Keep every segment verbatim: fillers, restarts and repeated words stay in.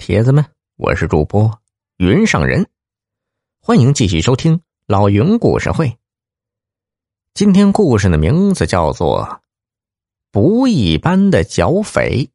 铁子们，我是主播云上人，欢迎继续收听老云故事会。今天故事的名字叫做不一般的剿匪。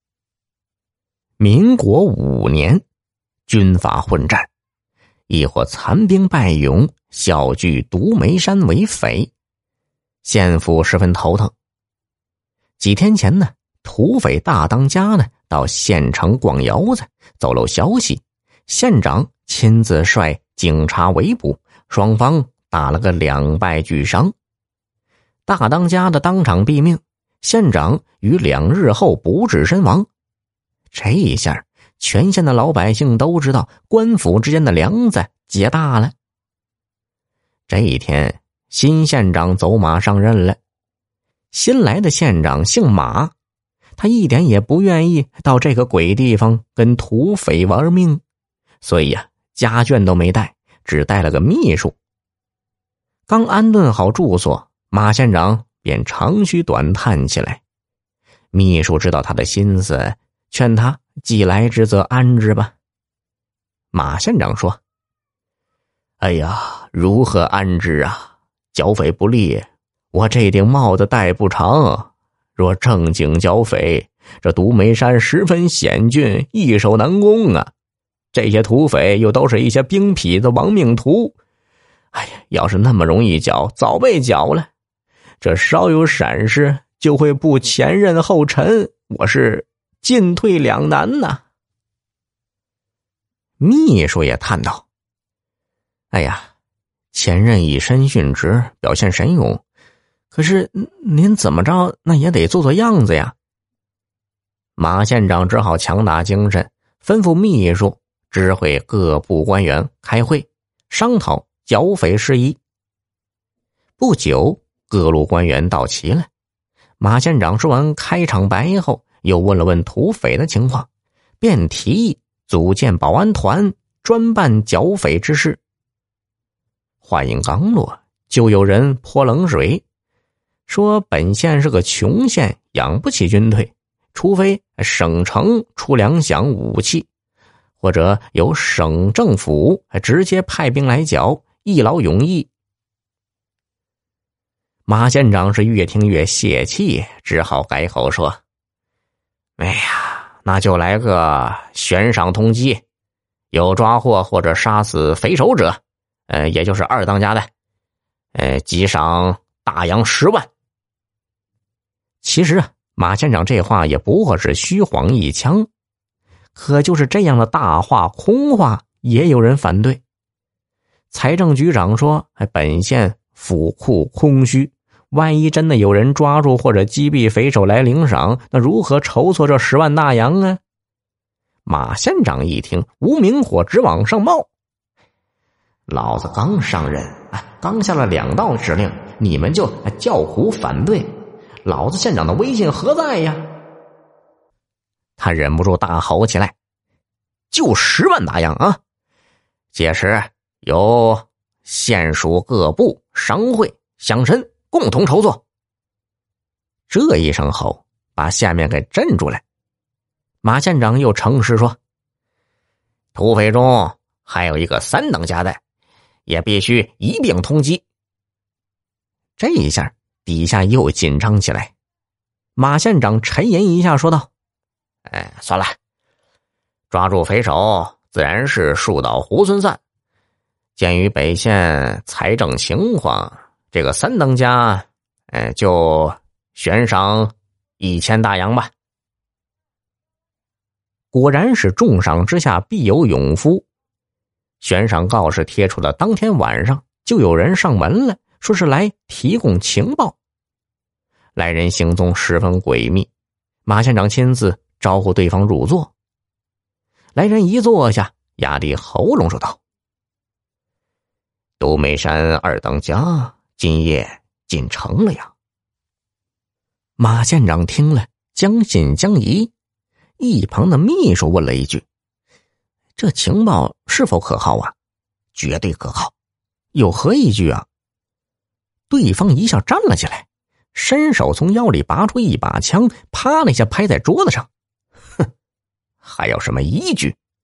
民国五年，军阀混战，一伙残兵败勇，小聚独眉山为匪，县府十分头疼。几天前呢，土匪大当家呢到县城逛窑子，走漏消息，县长亲自率警察围捕，双方打了个两败俱伤。大当家的当场毙命，县长于两日后不治身亡。这一下，全县的老百姓都知道官府之间的梁子结大了。这一天，新县长走马上任了。新来的县长姓马，他一点也不愿意到这个鬼地方跟土匪玩命，所以呀、啊，家眷都没带，只带了个秘书。刚安顿好住所，马县长便长吁短叹起来。秘书知道他的心思，劝他既来之则安之吧。马县长说：哎呀，如何安之啊？剿匪不利，我这顶帽子戴不长，若正经剿匪，这独眉山十分险峻，易守难攻啊。这些土匪又都是一些兵痞子亡命徒，哎呀，要是那么容易剿，早被剿了。这稍有闪失，就会步前任后尘，我是进退两难呐。秘书也叹道：哎呀，前任以身殉职，表现神勇，可是您怎么着那也得做做样子呀。马县长只好强打精神，吩咐秘书知会各部官员开会商讨剿匪事宜。不久，各路官员到齐了。马县长说完开场白后，又问了问土匪的情况，便提议组建保安团，专办剿匪之事。话音刚落，就有人泼冷水，说本县是个穷县，养不起军队，除非省城出粮饷武器，或者由省政府直接派兵来剿，一劳永逸。马县长是越听越泄气，只好改口说：哎呀，那就来个悬赏通缉，有抓获或者杀死匪首者，呃，也就是二当家的，呃，即赏大洋十万。其实啊，马县长这话也不过是虚晃一枪，可就是这样的大话空话，也有人反对。财政局长说，哎，本县府库空虚，万一真的有人抓住或者击毙匪首来领赏，那如何筹措这十万大洋啊？马县长一听，无名火直往上冒。老子刚上任，刚下了两道指令，你们就叫苦反对，老子县长的威信何在呀？他忍不住大吼起来：就十万大洋啊！届时由县属各部商会乡绅共同筹措。这一声吼把下面给镇住了。马县长又诚实说：土匪中还有一个三等家的，也必须一并通缉。这一下底下又紧张起来。马县长沉吟一下说道：哎，算了，抓住匪首自然是树倒猢狲散，鉴于北县财政情况，这个三等家哎，就悬赏一千大洋吧。果然是重赏之下必有勇夫。悬赏告示贴出的当天晚上，就有人上门了，说是来提供情报。来人行踪十分诡秘，马县长亲自招呼对方入座。来人一坐下，压低喉咙说道：独眉山二等家今夜进城了呀。马县长听了，将信将疑。一旁的秘书问了一句：这情报是否可靠啊？绝对可靠。有何依据啊？对方一下站了起来，伸手从腰里拔出一把枪，啪的一下拍在桌子上。哼，还有什么依据？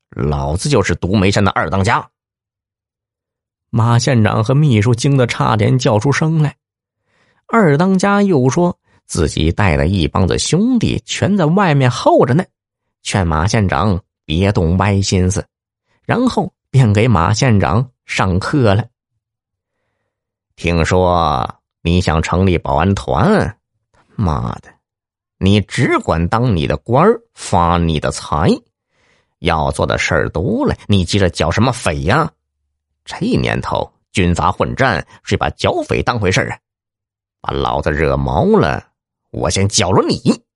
老子就是独眉山的二当家。马县长和秘书惊得差点叫出声来。二当家又说自己带了一帮子兄弟全在外面候着呢，劝马县长别动歪心思，然后便给马县长上课了。听说你想成立保安团，妈的，你只管当你的官儿，发你的财，要做的事儿多了，你急着剿什么匪呀？这年头军阀混战，谁把剿匪当回事啊？把老子惹毛了，我先剿了你。